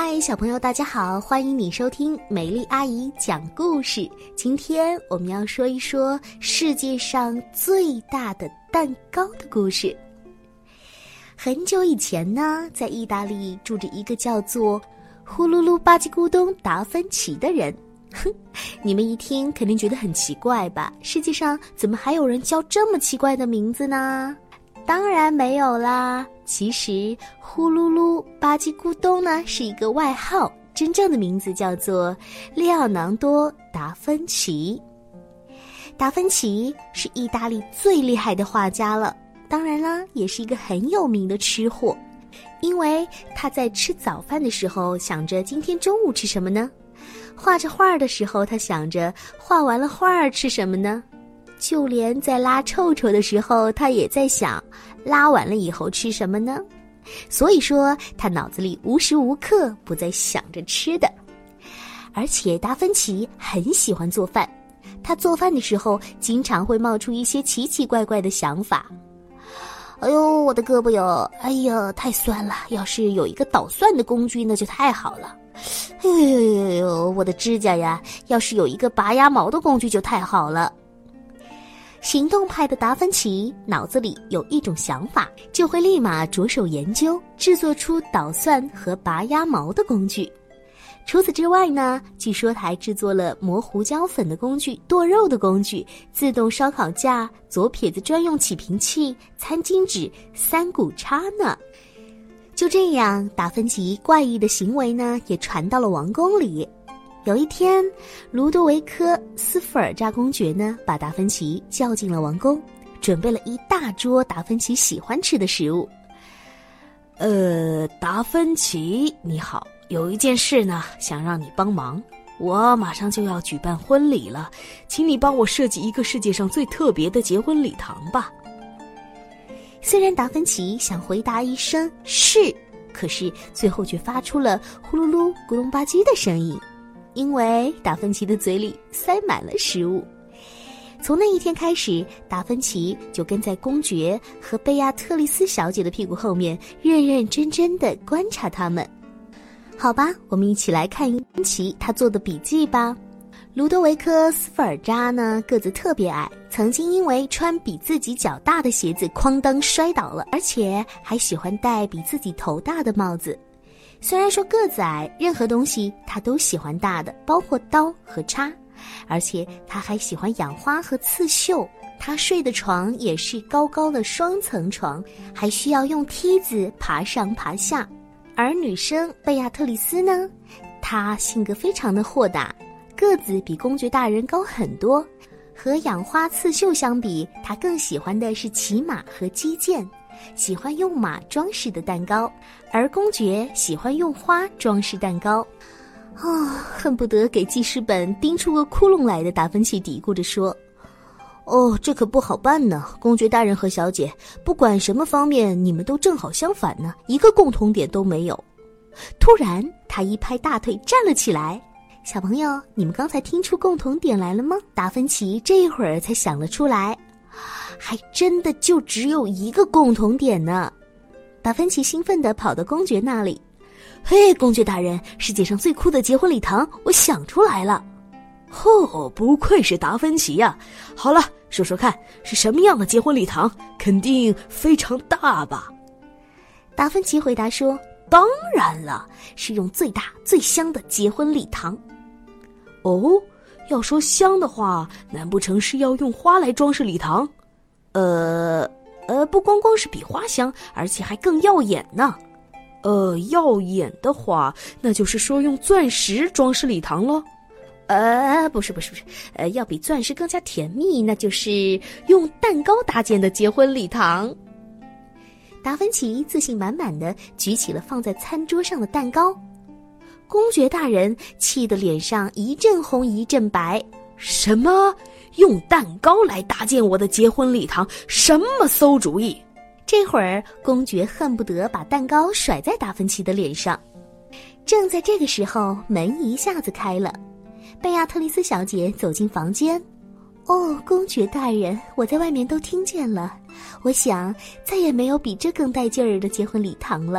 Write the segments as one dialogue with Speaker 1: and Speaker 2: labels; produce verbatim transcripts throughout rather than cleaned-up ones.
Speaker 1: 嗨，小朋友大家好，欢迎你收听美丽阿姨讲故事。今天我们要说一说世界上最大的蛋糕的故事。很久以前呢，在意大利住着一个叫做呼噜噜吧唧咕咚达芬奇的人。哼，你们一听肯定觉得很奇怪吧？世界上怎么还有人叫这么奇怪的名字呢？当然没有啦，其实呼噜噜吧唧咕咚呢是一个外号，真正的名字叫做列奥囊多·达芬奇。达芬奇是意大利最厉害的画家了，当然啦，也是一个很有名的吃货，因为他在吃早饭的时候想着今天中午吃什么呢？画着画的时候他想着画完了画吃什么呢？就连在拉臭臭的时候他也在想拉完了以后吃什么呢？所以说他脑子里无时无刻不在想着吃的。而且达芬奇很喜欢做饭，他做饭的时候经常会冒出一些奇奇怪怪的想法。哎呦，我的胳膊哟，哎呀，太酸了，要是有一个捣蒜的工具那就太好了。哎呦呦呦呦，我的指甲呀，要是有一个拔牙毛的工具就太好了。行动派的达芬奇脑子里有一种想法，就会立马着手研究，制作出捣蒜和拔牙毛的工具。除此之外呢，据说他还制作了磨胡椒粉的工具、剁肉的工具、自动烧烤架、左撇子专用起瓶器、餐巾纸、三股叉呢。就这样，达芬奇怪异的行为呢，也传到了王宫里。有一天，卢多维科·斯福尔扎公爵呢，把达芬奇叫进了王宫，准备了一大桌达芬奇喜欢吃的食物。
Speaker 2: 呃，达芬奇，你好，有一件事呢，想让你帮忙。我马上就要举办婚礼了，请你帮我设计一个世界上最特别的结婚礼堂吧。
Speaker 1: 虽然达芬奇想回答一声是，可是最后却发出了呼噜噜咕咚吧唧的声音。因为达芬奇的嘴里塞满了食物。从那一天开始，达芬奇就跟在公爵和贝亚特丽斯小姐的屁股后面，认认真真地观察他们。好吧，我们一起来看达芬奇他做的笔记吧。卢多维科·斯福尔扎呢，个子特别矮，曾经因为穿比自己脚大的鞋子哐当摔倒了，而且还喜欢戴比自己头大的帽子。虽然说个子矮，任何东西他都喜欢大的，包括刀和叉，而且他还喜欢养花和刺绣。他睡的床也是高高的双层床，还需要用梯子爬上爬下。而女生贝亚特丽斯呢，她性格非常的豁达，个子比公爵大人高很多。和养花刺绣相比，她更喜欢的是骑马和击剑，喜欢用马装饰的蛋糕，而公爵喜欢用花装饰蛋糕。哦，恨不得给记事本钉出个窟窿来的达芬奇嘀咕着说：哦，这可不好办呢，公爵大人和小姐，不管什么方面，你们都正好相反呢，一个共同点都没有。突然，他一拍大腿站了起来。小朋友，你们刚才听出共同点来了吗？达芬奇这一会儿才想了出来。还真的就只有一个共同点呢。达芬奇兴奋地跑到公爵那里。嘿，公爵大人，世界上最酷的结婚礼堂，我想出来了。
Speaker 2: 哦，不愧是达芬奇呀！好了，说说看，是什么样的结婚礼堂？肯定非常大吧？
Speaker 1: 达芬奇回答说：当然了，是用最大最香的结婚礼堂。
Speaker 2: 哦，要说香的话，难不成是要用花来装饰礼堂？呃呃，不光光是比花香，而且还更耀眼呢。呃，耀眼的话，那就是说用钻石装饰礼堂咯。
Speaker 1: 呃，不是不是不是，呃，要比钻石更加甜蜜，那就是用蛋糕搭建的结婚礼堂。达芬奇自信满满地举起了放在餐桌上的蛋糕。公爵大人气得脸上一阵红一阵白。
Speaker 2: 什么？用蛋糕来搭建我的结婚礼堂？什么馊主意！
Speaker 1: 这会儿，公爵恨不得把蛋糕甩在达芬奇的脸上。正在这个时候，门一下子开了，贝亚特丽斯小姐走进房间。哦，公爵大人，我在外面都听见了。我想再也没有比这更带劲儿的结婚礼堂了。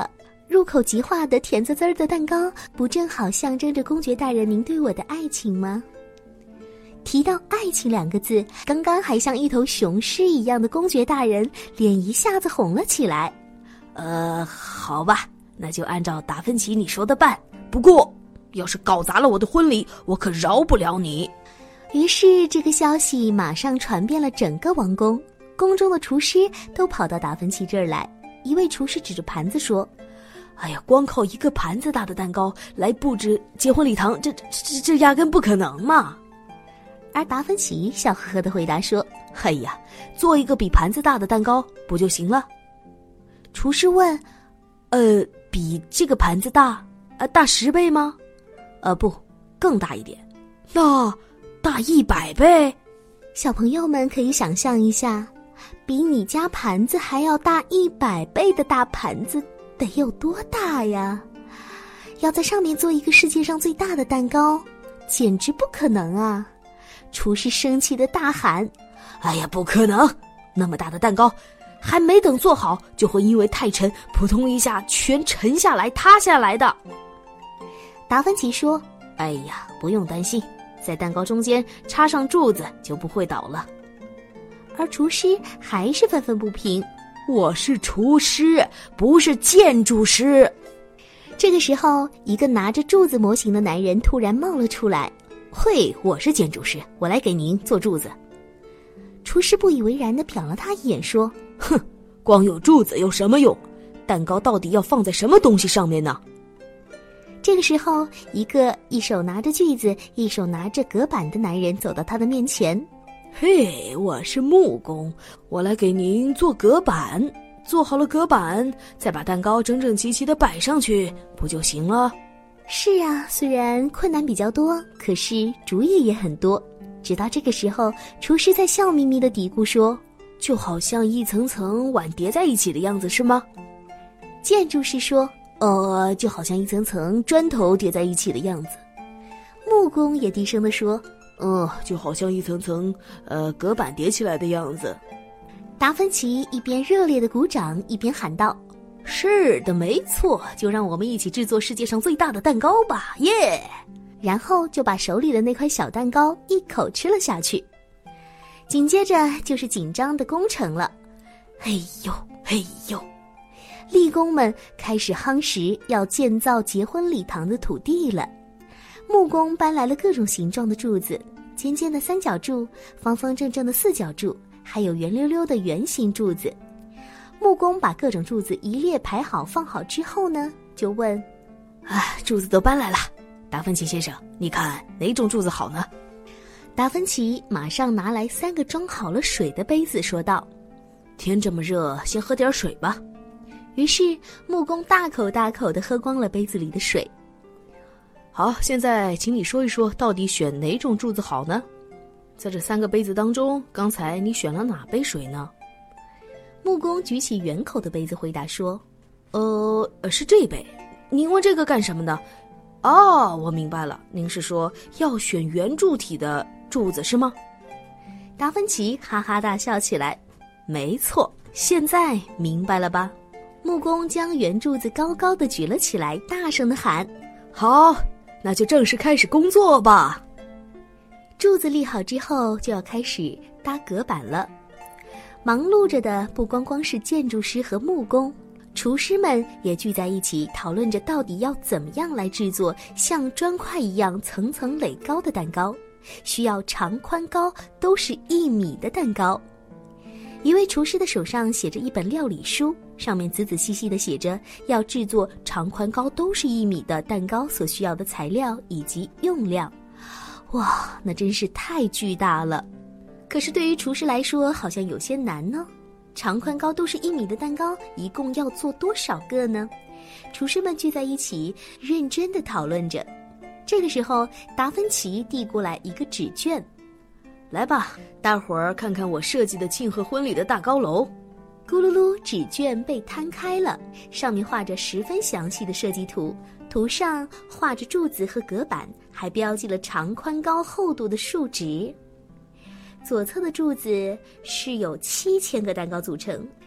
Speaker 1: 入口即化的甜滋滋的蛋糕，不正好象征着公爵大人您对我的爱情吗？提到爱情两个字，刚刚还像一头雄狮一样的公爵大人脸一下子红了起来。
Speaker 2: 呃，好吧，那就按照达芬奇你说的办。不过，要是搞砸了我的婚礼，我可饶不了你。
Speaker 1: 于是，这个消息马上传遍了整个王宫，宫中的厨师都跑到达芬奇这儿来。一位厨师指着盘子说：“
Speaker 2: 哎呀，光靠一个盘子大的蛋糕来布置结婚礼堂，这这这压根不可能嘛！”
Speaker 1: 而达芬奇笑呵呵地回答说：“
Speaker 2: 哎呀，做一个比盘子大的蛋糕不就行了？”
Speaker 1: 厨师问：“
Speaker 2: 呃，比这个盘子大，呃，大十倍吗？呃，不，更大一点。那大一百倍？”
Speaker 1: 小朋友们可以想象一下，比你家盘子还要大一百倍的大盘子得有多大呀？要在上面做一个世界上最大的蛋糕，简直不可能啊！厨师生气的大喊：“
Speaker 2: 哎呀，不可能！那么大的蛋糕，还没等做好，就会因为太沉，扑通一下全沉下来、塌下来的。”
Speaker 1: 达芬奇说：“
Speaker 2: 哎呀，不用担心，在蛋糕中间插上柱子就不会倒了。”
Speaker 1: 而厨师还是愤愤不平：“
Speaker 2: 我是厨师，不是建筑师。”
Speaker 1: 这个时候，一个拿着柱子模型的男人突然冒了出来：“
Speaker 2: 嘿，我是建筑师，我来给您做柱子。”
Speaker 1: 厨师不以为然地瞟了他一眼，说：“
Speaker 2: 哼，光有柱子有什么用？蛋糕到底要放在什么东西上面呢？”
Speaker 1: 这个时候，一个一手拿着锯子，一手拿着隔板的男人走到他的面前。
Speaker 2: “嘿，我是木工，我来给您做隔板。做好了隔板，再把蛋糕整整齐齐地摆上去，不就行了？”
Speaker 1: 是啊，虽然困难比较多，可是主意也很多。直到这个时候，厨师在笑眯眯地嘀咕说：“
Speaker 2: 就好像一层层碗叠在一起的样子，是吗？”
Speaker 1: 建筑师说：“
Speaker 2: 呃，就好像一层层砖头叠在一起的样子。”
Speaker 1: 木工也低声地说：“
Speaker 2: 嗯，就好像一层层呃隔板叠起来的样子。”
Speaker 1: 达芬奇一边热烈地鼓掌，一边喊道：“
Speaker 2: 是的，没错，就让我们一起制作世界上最大的蛋糕吧，耶！”
Speaker 1: 然后就把手里的那块小蛋糕一口吃了下去。紧接着就是紧张的工程了。
Speaker 2: 嘿呦嘿呦，
Speaker 1: 力工们开始夯实要建造结婚礼堂的土地了。木工搬来了各种形状的柱子，尖尖的三角柱，方方正正的四角柱，还有圆溜溜的圆形柱子。木工把各种柱子一列排好放好之后呢，就问：“
Speaker 2: 啊，柱子都搬来了，达芬奇先生，你看哪种柱子好呢？”
Speaker 1: 达芬奇马上拿来三个装好了水的杯子，说道：“
Speaker 2: 天这么热，先喝点水吧。”
Speaker 1: 于是木工大口大口地喝光了杯子里的水。
Speaker 2: 好，现在请你说一说，到底选哪种柱子好呢？在这三个杯子当中，刚才你选了哪杯水呢？
Speaker 1: 木工举起圆口的杯子回答说：“
Speaker 2: 呃，是这杯。您问这个干什么呢？哦，我明白了，您是说要选圆柱体的柱子是吗？”
Speaker 1: 达芬奇哈哈大笑起来：“
Speaker 2: 没错，现在明白了吧？”
Speaker 1: 木工将圆柱子高高的举了起来，大声地喊：“
Speaker 2: 好，那就正式开始工作吧。”
Speaker 1: 柱子立好之后，就要开始搭隔板了。忙碌着的不光光是建筑师和木工，厨师们也聚在一起讨论着到底要怎么样来制作像砖块一样层层垒高的蛋糕，需要长宽高都是一米的蛋糕。一位厨师的手上写着一本料理书，上面仔仔细细地写着要制作长宽高都是一米的蛋糕所需要的材料以及用量。哇，那真是太巨大了。可是对于厨师来说，好像有些难呢。长宽高都是一米的蛋糕，一共要做多少个呢？厨师们聚在一起，认真地讨论着。这个时候，达芬奇递过来一个纸卷：“
Speaker 2: 来吧，大伙儿看看我设计的庆贺婚礼的大高楼。”
Speaker 1: 咕噜噜，纸卷被摊开了，上面画着十分详细的设计图，图上画着柱子和隔板，还标记了长宽高厚度的数值。左侧的柱子是有七千个蛋糕组成，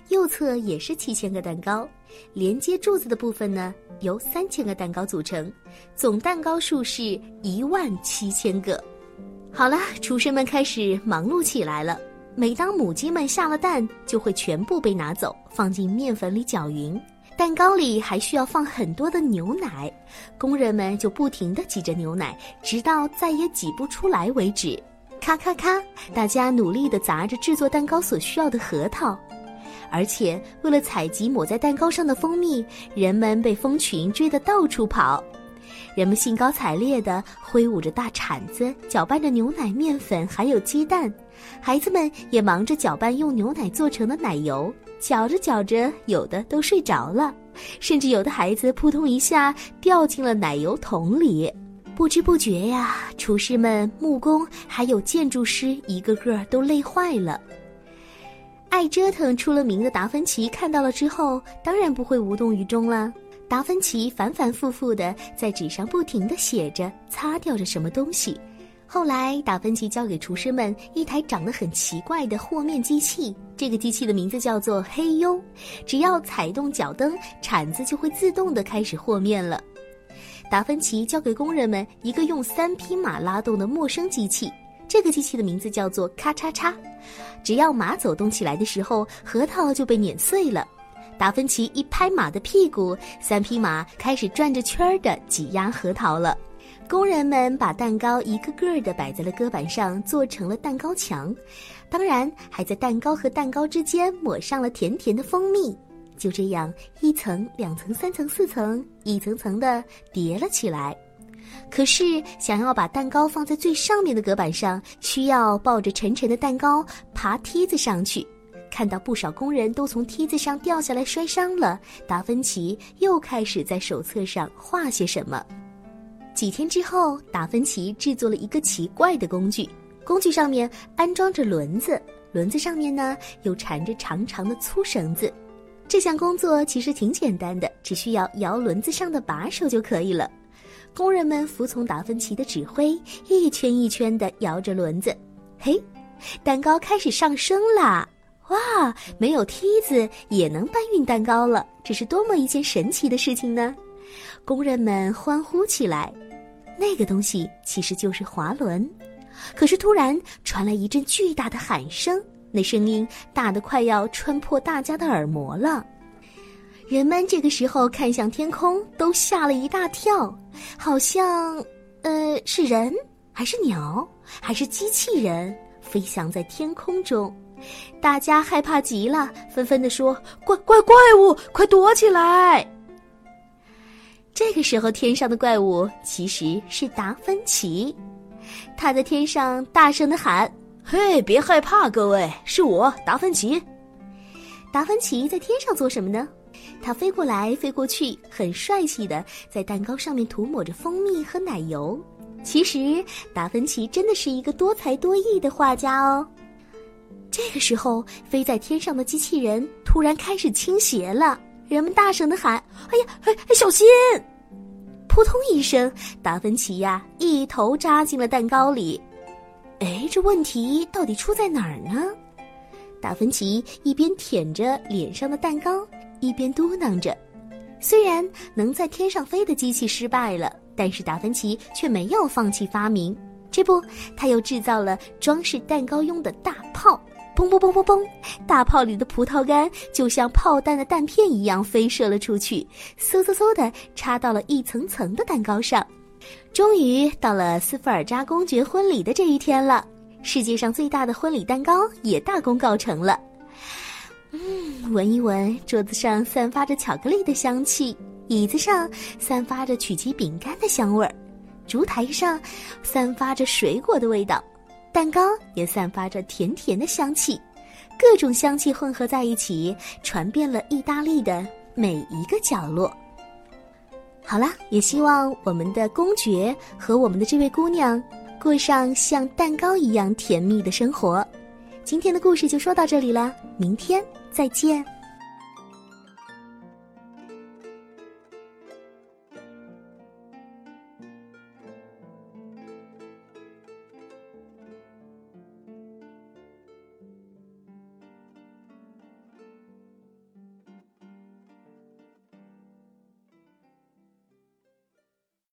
Speaker 1: 右侧也是七千个蛋糕，连接柱子的部分呢，由三千个蛋糕组成，总蛋糕数是一万七千个。好了，厨师们开始忙碌起来了。每当母鸡们下了蛋，就会全部被拿走，放进面粉里搅匀。蛋糕里还需要放很多的牛奶，工人们就不停地挤着牛奶，直到再也挤不出来为止。咔咔咔，大家努力地砸着制作蛋糕所需要的核桃。而且为了采集抹在蛋糕上的蜂蜜，人们被蜂群追得到处跑。人们兴高采烈地挥舞着大铲子，搅拌着牛奶、面粉还有鸡蛋。孩子们也忙着搅拌用牛奶做成的奶油，搅着搅着，有的都睡着了，甚至有的孩子扑通一下掉进了奶油桶里。不知不觉呀，厨师们、木工还有建筑师一个个都累坏了。爱折腾出了名的达芬奇看到了之后，当然不会无动于衷了。达芬奇反反复复地在纸上不停地写着，擦掉着什么东西。后来达芬奇交给厨师们一台长得很奇怪的和面机器，这个机器的名字叫做黑优，只要踩动脚蹬，铲子就会自动地开始和面了。达芬奇交给工人们一个用三匹马拉动的陌生机器，这个机器的名字叫做咔嚓嚓，只要马走动起来的时候，核桃就被碾碎了。达芬奇一拍马的屁股，三匹马开始转着圈儿地挤压核桃了。工人们把蛋糕一个个地摆在了搁板上，做成了蛋糕墙，当然还在蛋糕和蛋糕之间抹上了甜甜的蜂蜜。就这样，一层、两层、三层、四层，一层层地叠了起来。可是想要把蛋糕放在最上面的隔板上，需要抱着沉沉的蛋糕爬梯子上去。看到不少工人都从梯子上掉下来摔伤了，达芬奇又开始在手册上画些什么。几天之后，达芬奇制作了一个奇怪的工具，工具上面安装着轮子，轮子上面呢又缠着长长的粗绳子。这项工作其实挺简单的，只需要摇轮子上的把手就可以了。工人们服从达芬奇的指挥，一圈一圈地摇着轮子。嘿，蛋糕开始上升啦！哇，没有梯子也能搬运蛋糕了，这是多么一件神奇的事情呢！工人们欢呼起来。那个东西其实就是滑轮。可是突然传来一阵巨大的喊声，那声音大得快要穿破大家的耳膜了。人们这个时候看向天空，都吓了一大跳，好像呃是人还是鸟还是机器人飞翔在天空中。大家害怕极了，纷纷地说：怪怪怪物，快躲起来！这个时候天上的怪物其实是达芬奇，他在天上大声地喊：
Speaker 2: 嘿，别害怕各位，是我达芬奇。
Speaker 1: 达芬奇在天上做什么呢？他飞过来飞过去，很帅气地在蛋糕上面涂抹着蜂蜜和奶油。其实达芬奇真的是一个多才多艺的画家哦。这个时候飞在天上的机器人突然开始倾斜了，人们大声地喊：哎呀，哎，小心！扑通一声，达芬奇呀一头扎进了蛋糕里。哎，这问题到底出在哪儿呢？达芬奇一边舔着脸上的蛋糕，一边嘟囔着。虽然能在天上飞的机器失败了，但是达芬奇却没有放弃发明。这不，他又制造了装饰蛋糕用的大炮。砰砰砰砰砰！大炮里的葡萄干就像炮弹的弹片一样飞射了出去，嗖嗖嗖地插到了一层层的蛋糕上。终于到了斯福尔扎公爵婚礼的这一天了，世界上最大的婚礼蛋糕也大功告成了。嗯，闻一闻，桌子上散发着巧克力的香气，椅子上散发着曲奇饼干的香味儿，烛台上散发着水果的味道。蛋糕也散发着甜甜的香气，各种香气混合在一起，传遍了意大利的每一个角落。好啦，也希望我们的公爵和我们的这位姑娘过上像蛋糕一样甜蜜的生活。今天的故事就说到这里了，明天再见。